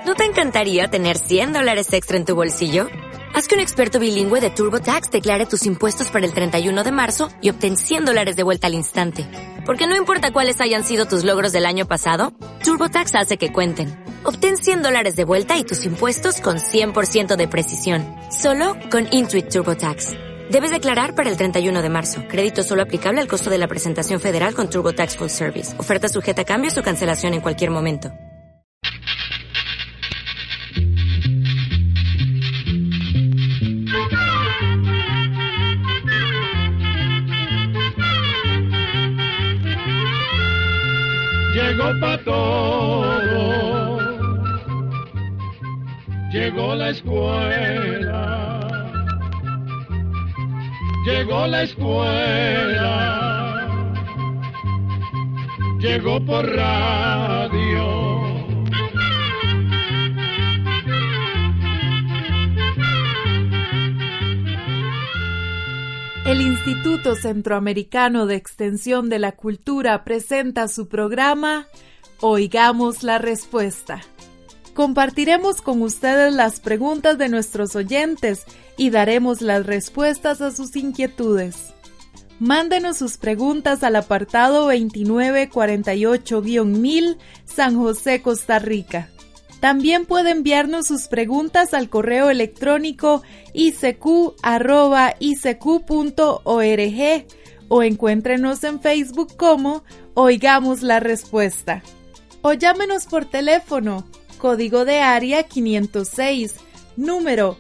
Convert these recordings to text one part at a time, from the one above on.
¿No te encantaría tener $100 extra en tu bolsillo? Haz que un experto bilingüe de TurboTax declare tus impuestos para el 31 de marzo y obtén $100 de vuelta al instante. Porque no importa cuáles hayan sido tus logros del año pasado, TurboTax hace que cuenten. Obtén $100 de vuelta y tus impuestos con 100% de precisión. Solo con Intuit TurboTax. Debes declarar para el 31 de marzo. Crédito solo aplicable al costo de la presentación federal con TurboTax Full Service. Oferta sujeta a cambios o cancelación en cualquier momento. Llegó pa' todo, llegó la escuela, llegó la escuela, llegó por radio. El Instituto Centroamericano de Extensión de la Cultura presenta su programa Oigamos la Respuesta. Compartiremos con ustedes las preguntas de nuestros oyentes y daremos las respuestas a sus inquietudes. Mándenos sus preguntas al apartado 2948-1000, San José, Costa Rica. También puede enviarnos sus preguntas al correo electrónico icq@icq.org o encuéntrenos en Facebook como Oigamos la Respuesta. O llámenos por teléfono, código de área 506, número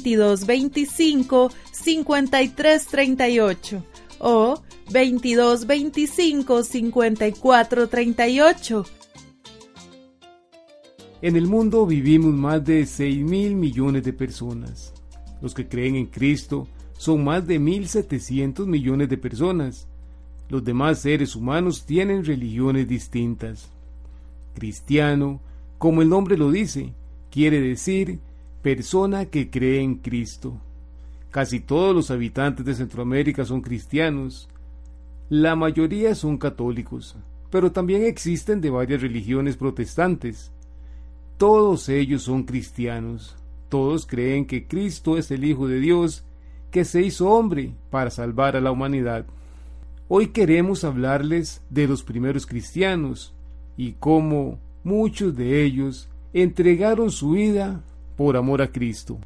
2225-5338 o 2225-5438. En el mundo vivimos más de 6.000 millones de personas. Los que creen en Cristo son más de 1.700 millones de personas. Los demás seres humanos tienen religiones distintas. Cristiano, como el nombre lo dice, quiere decir persona que cree en Cristo. Casi todos los habitantes de Centroamérica son cristianos. La mayoría son católicos, pero también existen de varias religiones protestantes. Todos ellos son cristianos. Todos creen que Cristo es el Hijo de Dios, que se hizo hombre para salvar a la humanidad. Hoy queremos hablarles de los primeros cristianos y cómo muchos de ellos entregaron su vida por amor a Cristo.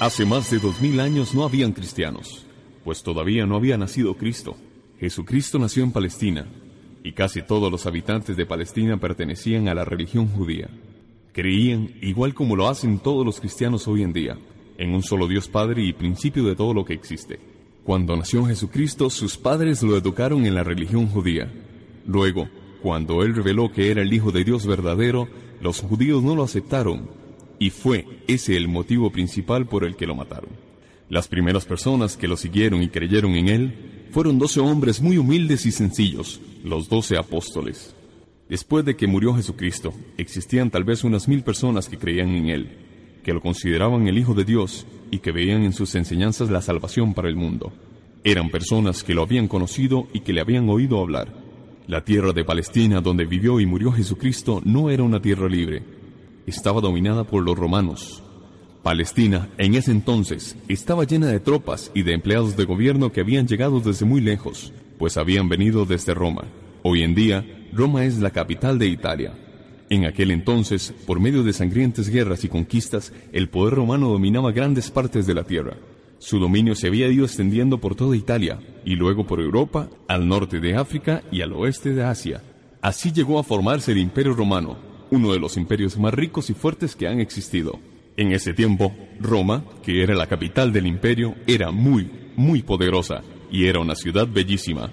Hace más de 2000 años no habían cristianos, pues todavía no había nacido Cristo. Jesucristo nació en Palestina, y casi todos los habitantes de Palestina pertenecían a la religión judía. Creían, igual como lo hacen todos los cristianos hoy en día, en un solo Dios Padre y principio de todo lo que existe. Cuando nació Jesucristo, sus padres lo educaron en la religión judía. Luego, cuando Él reveló que era el Hijo de Dios verdadero, los judíos no lo aceptaron, y fue ese el motivo principal por el que lo mataron. Las primeras personas que lo siguieron y creyeron en Él fueron 12 hombres muy humildes y sencillos, los 12 apóstoles. Después de que murió Jesucristo, existían tal vez unas 1000 personas que creían en Él, que lo consideraban el Hijo de Dios y que veían en sus enseñanzas la salvación para el mundo. Eran personas que lo habían conocido y que le habían oído hablar. La tierra de Palestina, donde vivió y murió Jesucristo, no era una tierra libre. Estaba dominada por los romanos. Palestina, en ese entonces, estaba llena de tropas y de empleados de gobierno que habían llegado desde muy lejos, pues habían venido desde Roma. Hoy en día, Roma es la capital de Italia. En aquel entonces, por medio de sangrientas guerras y conquistas, el poder romano dominaba grandes partes de la tierra. Su dominio se había ido extendiendo por toda Italia, y luego por Europa, al norte de África y al oeste de Asia. Así llegó a formarse el Imperio Romano, uno de los imperios más ricos y fuertes que han existido. En ese tiempo, Roma, que era la capital del imperio, era muy, muy poderosa, y era una ciudad bellísima.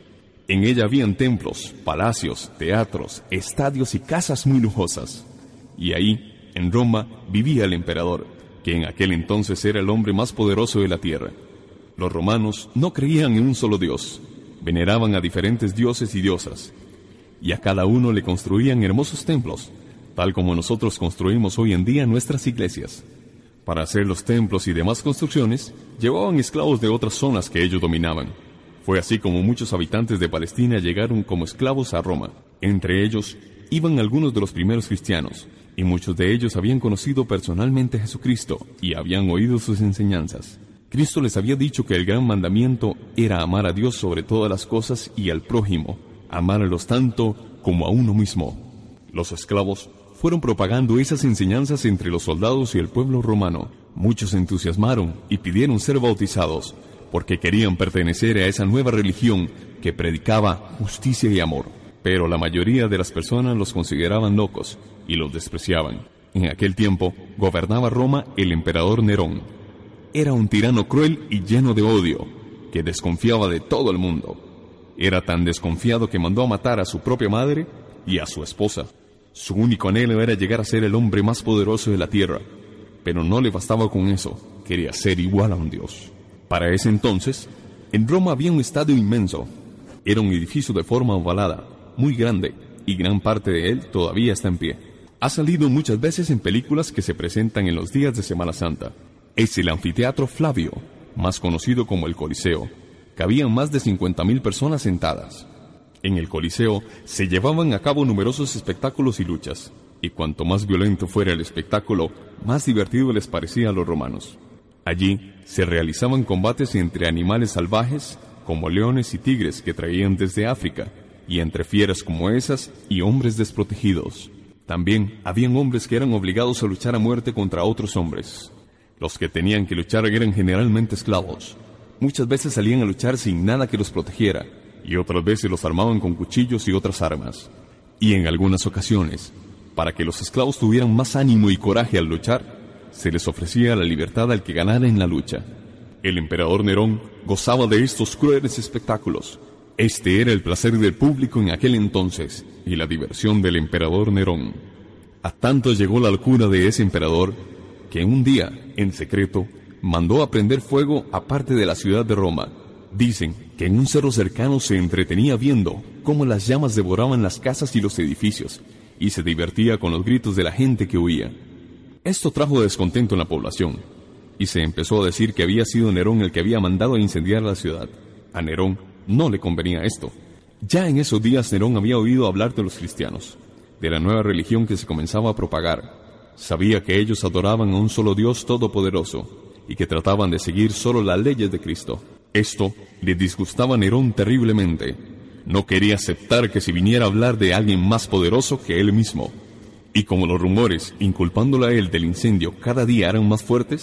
En ella habían templos, palacios, teatros, estadios y casas muy lujosas. Y ahí, en Roma, vivía el emperador, que en aquel entonces era el hombre más poderoso de la tierra. Los romanos no creían en un solo Dios, veneraban a diferentes dioses y diosas, y a cada uno le construían hermosos templos, tal como nosotros construimos hoy en día nuestras iglesias. Para hacer los templos y demás construcciones, llevaban esclavos de otras zonas que ellos dominaban. Fue así como muchos habitantes de Palestina llegaron como esclavos a Roma. Entre ellos, iban algunos de los primeros cristianos, y muchos de ellos habían conocido personalmente a Jesucristo y habían oído sus enseñanzas. Cristo les había dicho que el gran mandamiento era amar a Dios sobre todas las cosas y al prójimo, amarlos tanto como a uno mismo. Los esclavos fueron propagando esas enseñanzas entre los soldados y el pueblo romano. Muchos se entusiasmaron y pidieron ser bautizados, porque querían pertenecer a esa nueva religión que predicaba justicia y amor. Pero la mayoría de las personas los consideraban locos y los despreciaban. En aquel tiempo gobernaba Roma el emperador Nerón. Era un tirano cruel y lleno de odio, que desconfiaba de todo el mundo. Era tan desconfiado que mandó a matar a su propia madre y a su esposa. Su único anhelo era llegar a ser el hombre más poderoso de la tierra, pero no le bastaba con eso, quería ser igual a un dios. Para ese entonces, en Roma había un estadio inmenso. Era un edificio de forma ovalada, muy grande, y gran parte de él todavía está en pie. Ha salido muchas veces en películas que se presentan en los días de Semana Santa. Es el anfiteatro Flavio, más conocido como el Coliseo. Cabían más de 50.000 personas sentadas. En el Coliseo se llevaban a cabo numerosos espectáculos y luchas, y cuanto más violento fuera el espectáculo, más divertido les parecía a los romanos. Allí se realizaban combates entre animales salvajes, como leones y tigres que traían desde África, y entre fieras como esas y hombres desprotegidos. También habían hombres que eran obligados a luchar a muerte contra otros hombres. Los que tenían que luchar eran generalmente esclavos. Muchas veces salían a luchar sin nada que los protegiera, y otras veces los armaban con cuchillos y otras armas. Y en algunas ocasiones, para que los esclavos tuvieran más ánimo y coraje al luchar, se les ofrecía la libertad al que ganara en la lucha. El emperador Nerón gozaba de estos crueles espectáculos. Este era el placer del público en aquel entonces, y la diversión del emperador Nerón. A tanto llegó la locura de ese emperador, que un día, en secreto, mandó a prender fuego a parte de la ciudad de Roma. Dicen que en un cerro cercano se entretenía viendo cómo las llamas devoraban las casas y los edificios, y se divertía con los gritos de la gente que huía. Esto trajo descontento en la población, y se empezó a decir que había sido Nerón el que había mandado a incendiar la ciudad. A Nerón no le convenía esto. Ya en esos días Nerón había oído hablar de los cristianos, de la nueva religión que se comenzaba a propagar. Sabía que ellos adoraban a un solo Dios todopoderoso, y que trataban de seguir solo las leyes de Cristo. Esto le disgustaba a Nerón terriblemente. No quería aceptar que se viniera a hablar de alguien más poderoso que él mismo. Y como los rumores, inculpándolo a él del incendio, cada día eran más fuertes,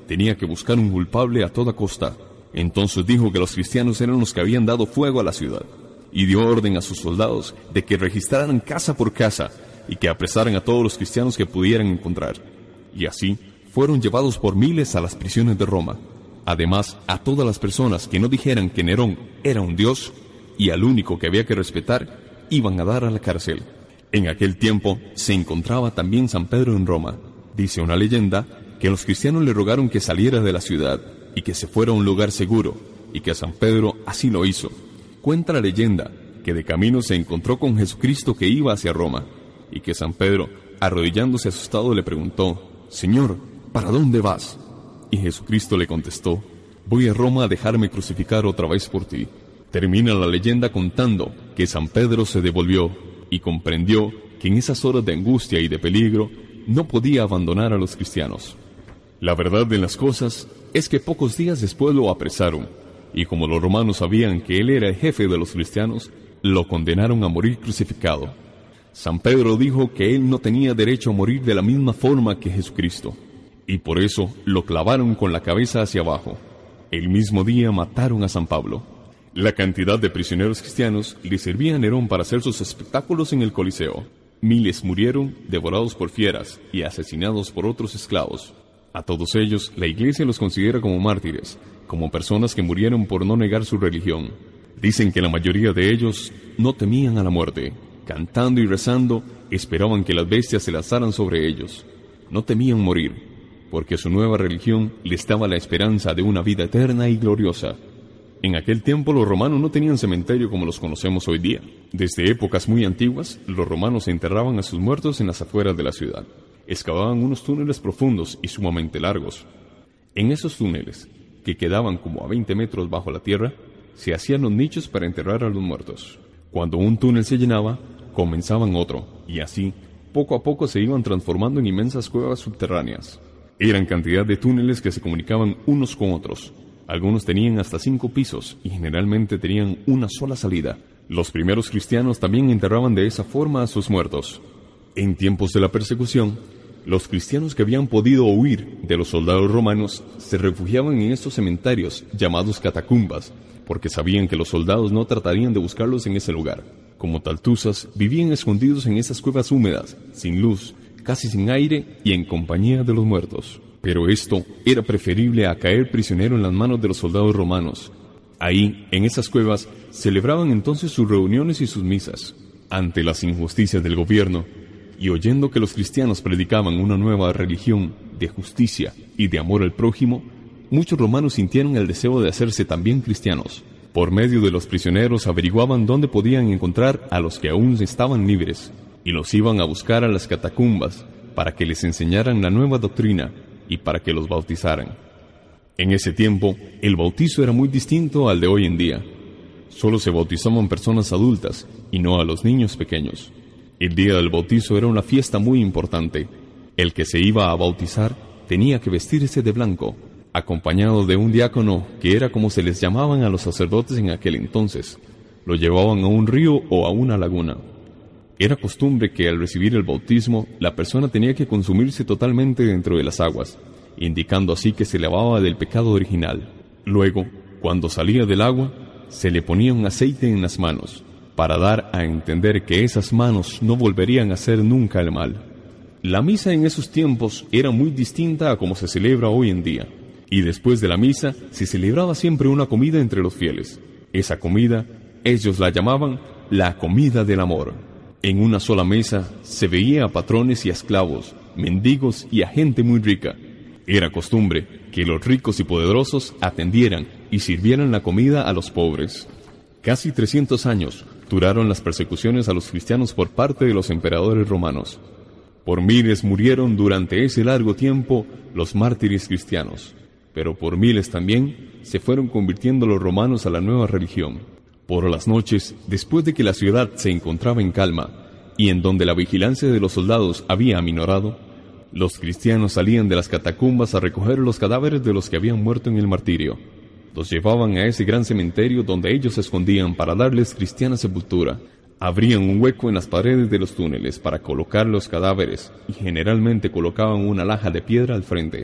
tenía que buscar un culpable a toda costa. Entonces dijo que los cristianos eran los que habían dado fuego a la ciudad, y dio orden a sus soldados de que registraran casa por casa y que apresaran a todos los cristianos que pudieran encontrar. Y así fueron llevados por miles a las prisiones de Roma. Además, a todas las personas que no dijeran que Nerón era un dios y al único que había que respetar, iban a dar a la cárcel. En aquel tiempo se encontraba también San Pedro en Roma. Dice una leyenda que los cristianos le rogaron que saliera de la ciudad y que se fuera a un lugar seguro, y que San Pedro así lo hizo. Cuenta la leyenda que de camino se encontró con Jesucristo que iba hacia Roma, y que San Pedro, arrodillándose asustado, le preguntó: «Señor, ¿para dónde vas?». Y Jesucristo le contestó: «Voy a Roma a dejarme crucificar otra vez por ti». Termina la leyenda contando que San Pedro se devolvió y comprendió que en esas horas de angustia y de peligro no podía abandonar a los cristianos. La verdad de las cosas es que pocos días después lo apresaron, y como los romanos sabían que él era el jefe de los cristianos, lo condenaron a morir crucificado. San Pedro dijo que él no tenía derecho a morir de la misma forma que Jesucristo, y por eso lo clavaron con la cabeza hacia abajo. El mismo día mataron a San Pablo. La cantidad de prisioneros cristianos le servía a Nerón para hacer sus espectáculos en el Coliseo. Miles murieron devorados por fieras y asesinados por otros esclavos. A todos ellos, la Iglesia los considera como mártires, como personas que murieron por no negar su religión. Dicen que la mayoría de ellos no temían a la muerte. Cantando y rezando, esperaban que las bestias se lanzaran sobre ellos. No temían morir, porque su nueva religión les daba la esperanza de una vida eterna y gloriosa. En aquel tiempo los romanos no tenían cementerio como los conocemos hoy día. Desde épocas muy antiguas, los romanos enterraban a sus muertos en las afueras de la ciudad. Excavaban unos túneles profundos y sumamente largos. En esos túneles, que quedaban como a 20 metros bajo la tierra, se hacían los nichos para enterrar a los muertos. Cuando un túnel se llenaba, comenzaban otro, y así, poco a poco se iban transformando en inmensas cuevas subterráneas. Eran cantidad de túneles que se comunicaban unos con otros. Algunos tenían hasta 5 pisos y generalmente tenían una sola salida. Los primeros cristianos también enterraban de esa forma a sus muertos. En tiempos de la persecución, los cristianos que habían podido huir de los soldados romanos se refugiaban en estos cementerios llamados catacumbas, porque sabían que los soldados no tratarían de buscarlos en ese lugar. Como taltuzas, vivían escondidos en esas cuevas húmedas, sin luz, casi sin aire y en compañía de los muertos. Pero esto era preferible a caer prisionero en las manos de los soldados romanos. Ahí, en esas cuevas, celebraban entonces sus reuniones y sus misas. Ante las injusticias del gobierno, y oyendo que los cristianos predicaban una nueva religión de justicia y de amor al prójimo, muchos romanos sintieron el deseo de hacerse también cristianos. Por medio de los prisioneros averiguaban dónde podían encontrar a los que aún estaban libres, y los iban a buscar a las catacumbas para que les enseñaran la nueva doctrina y para que los bautizaran. En ese tiempo, el bautizo era muy distinto al de hoy en día. Solo se bautizaban personas adultas y no a los niños pequeños. El día del bautizo era una fiesta muy importante. El que se iba a bautizar tenía que vestirse de blanco, acompañado de un diácono, que era como se les llamaban a los sacerdotes en aquel entonces. Lo llevaban a un río o a una laguna. Era costumbre que al recibir el bautismo, la persona tenía que consumirse totalmente dentro de las aguas, indicando así que se lavaba del pecado original. Luego, cuando salía del agua, se le ponía un aceite en las manos, para dar a entender que esas manos no volverían a hacer nunca el mal. La misa en esos tiempos era muy distinta a como se celebra hoy en día, y después de la misa se celebraba siempre una comida entre los fieles. Esa comida, ellos la llamaban la comida del amor. En una sola mesa se veía a patrones y a esclavos, mendigos y a gente muy rica. Era costumbre que los ricos y poderosos atendieran y sirvieran la comida a los pobres. Casi 300 años duraron las persecuciones a los cristianos por parte de los emperadores romanos. Por miles murieron durante ese largo tiempo los mártires cristianos, pero por miles también se fueron convirtiendo los romanos a la nueva religión. Por las noches, después de que la ciudad se encontraba en calma y en donde la vigilancia de los soldados había aminorado, los cristianos salían de las catacumbas a recoger los cadáveres de los que habían muerto en el martirio. Los llevaban a ese gran cementerio donde ellos se escondían para darles cristiana sepultura. Abrían un hueco en las paredes de los túneles para colocar los cadáveres y generalmente colocaban una laja de piedra al frente.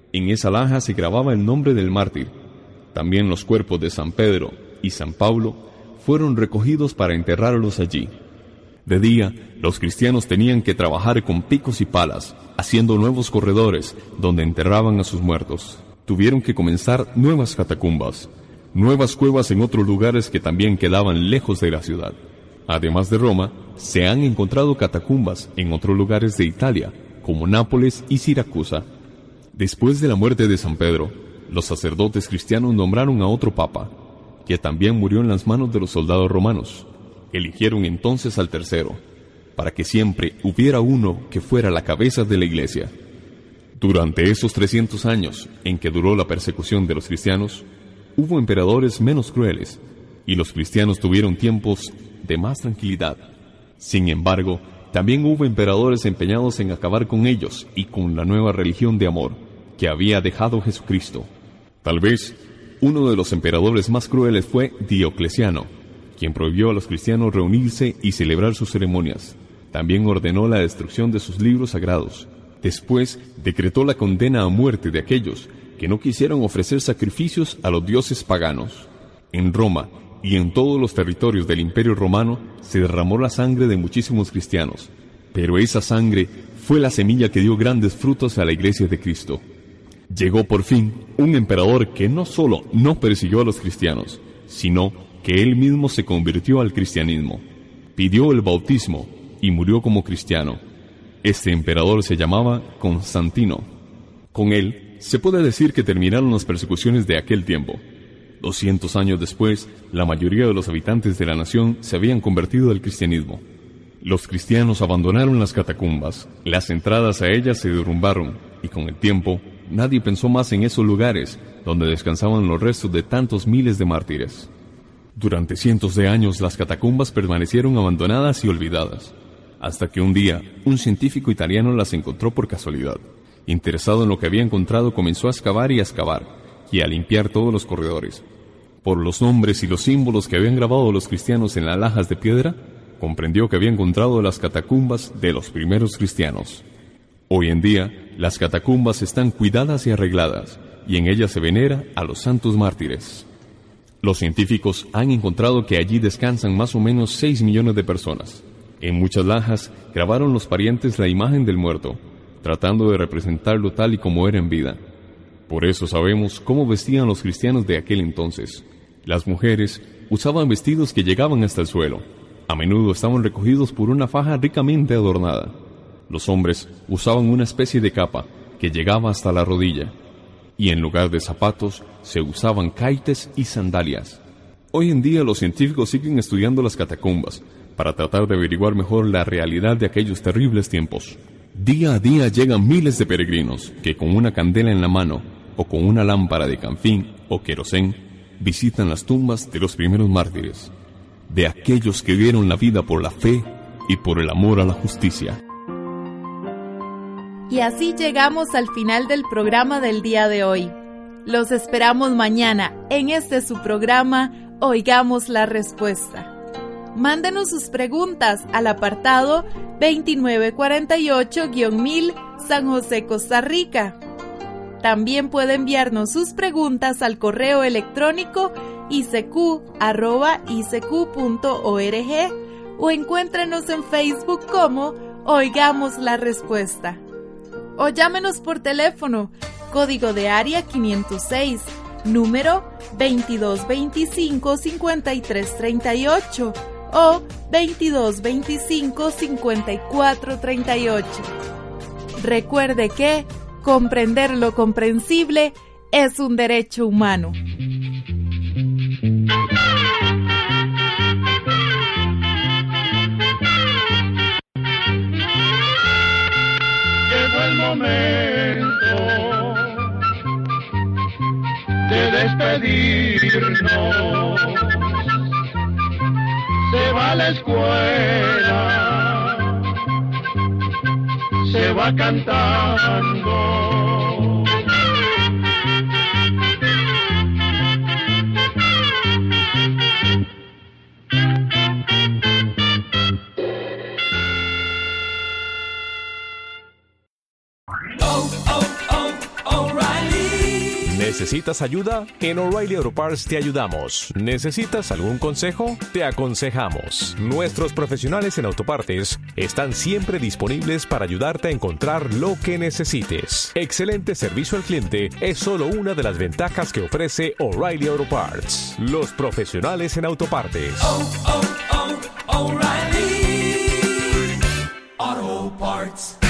En esa laja se grababa el nombre del mártir. También los cuerpos de San Pedro y San Pablo fueron recogidos para enterrarlos allí. De día, los cristianos tenían que trabajar con picos y palas, haciendo nuevos corredores donde enterraban a sus muertos. Tuvieron que comenzar nuevas catacumbas, nuevas cuevas en otros lugares que también quedaban lejos de la ciudad. Además de Roma, se han encontrado catacumbas en otros lugares de Italia, como Nápoles y Siracusa. Después de la muerte de San Pedro, los sacerdotes cristianos nombraron a otro papa, que también murió en las manos de los soldados romanos. Eligieron entonces al tercero, para que siempre hubiera uno que fuera la cabeza de la Iglesia. Durante esos 300 años en que duró la persecución de los cristianos, hubo emperadores menos crueles, y los cristianos tuvieron tiempos de más tranquilidad. Sin embargo, también hubo emperadores empeñados en acabar con ellos y con la nueva religión de amor que había dejado Jesucristo. Tal vez uno de los emperadores más crueles fue Diocleciano, quien prohibió a los cristianos reunirse y celebrar sus ceremonias. También ordenó la destrucción de sus libros sagrados. Después, decretó la condena a muerte de aquellos que no quisieron ofrecer sacrificios a los dioses paganos. En Roma y en todos los territorios del Imperio Romano se derramó la sangre de muchísimos cristianos, pero esa sangre fue la semilla que dio grandes frutos a la Iglesia de Cristo. Llegó por fin un emperador que no solo no persiguió a los cristianos, sino que él mismo se convirtió al cristianismo, pidió el bautismo y murió como cristiano. Este emperador se llamaba Constantino. Con él se puede decir que terminaron las persecuciones de aquel tiempo. 200 años después, la mayoría de los habitantes de la nación se habían convertido al cristianismo. Los cristianos abandonaron las catacumbas, las entradas a ellas se derrumbaron, y con el tiempo, nadie pensó más en esos lugares donde descansaban los restos de tantos miles de mártires. Durante cientos de años las catacumbas permanecieron abandonadas y olvidadas, hasta que un día un científico italiano las encontró por casualidad. Interesado en lo que había encontrado, comenzó a excavar y a limpiar todos los corredores. Por los nombres y los símbolos que habían grabado los cristianos en las lajas de piedra, comprendió que había encontrado las catacumbas de los primeros cristianos. Hoy en día, las catacumbas están cuidadas y arregladas, y en ellas se venera a los santos mártires. Los científicos han encontrado que allí descansan más o menos 6 millones de personas. En muchas lajas grabaron los parientes la imagen del muerto, tratando de representarlo tal y como era en vida. Por eso sabemos cómo vestían los cristianos de aquel entonces. Las mujeres usaban vestidos que llegaban hasta el suelo. A menudo estaban recogidos por una faja ricamente adornada. Los hombres usaban una especie de capa que llegaba hasta la rodilla. Y en lugar de zapatos, se usaban caites y sandalias. Hoy en día los científicos siguen estudiando las catacumbas para tratar de averiguar mejor la realidad de aquellos terribles tiempos. Día a día llegan miles de peregrinos que con una candela en la mano o con una lámpara de canfín o querosén visitan las tumbas de los primeros mártires, de aquellos que dieron la vida por la fe y por el amor a la justicia. Y así llegamos al final del programa del día de hoy. Los esperamos mañana en su programa Oigamos la Respuesta. Mándenos sus preguntas al apartado 2948-1000 San José, Costa Rica. También puede enviarnos sus preguntas al correo electrónico icq@icq.org o encuéntrenos en Facebook como Oigamos la Respuesta. O llámenos por teléfono, código de área 506, número 2225-5338 o 2225-5438. Recuerde que comprender lo comprensible es un derecho humano. Llegó el momento de despedirnos. Se va a la escuela, se va cantando. ¿Necesitas ayuda? En O'Reilly Auto Parts te ayudamos. ¿Necesitas algún consejo? Te aconsejamos. Nuestros profesionales en autopartes están siempre disponibles para ayudarte a encontrar lo que necesites. Excelente servicio al cliente es solo una de las ventajas que ofrece O'Reilly Auto Parts. Los profesionales en autopartes. O'Reilly Auto Parts.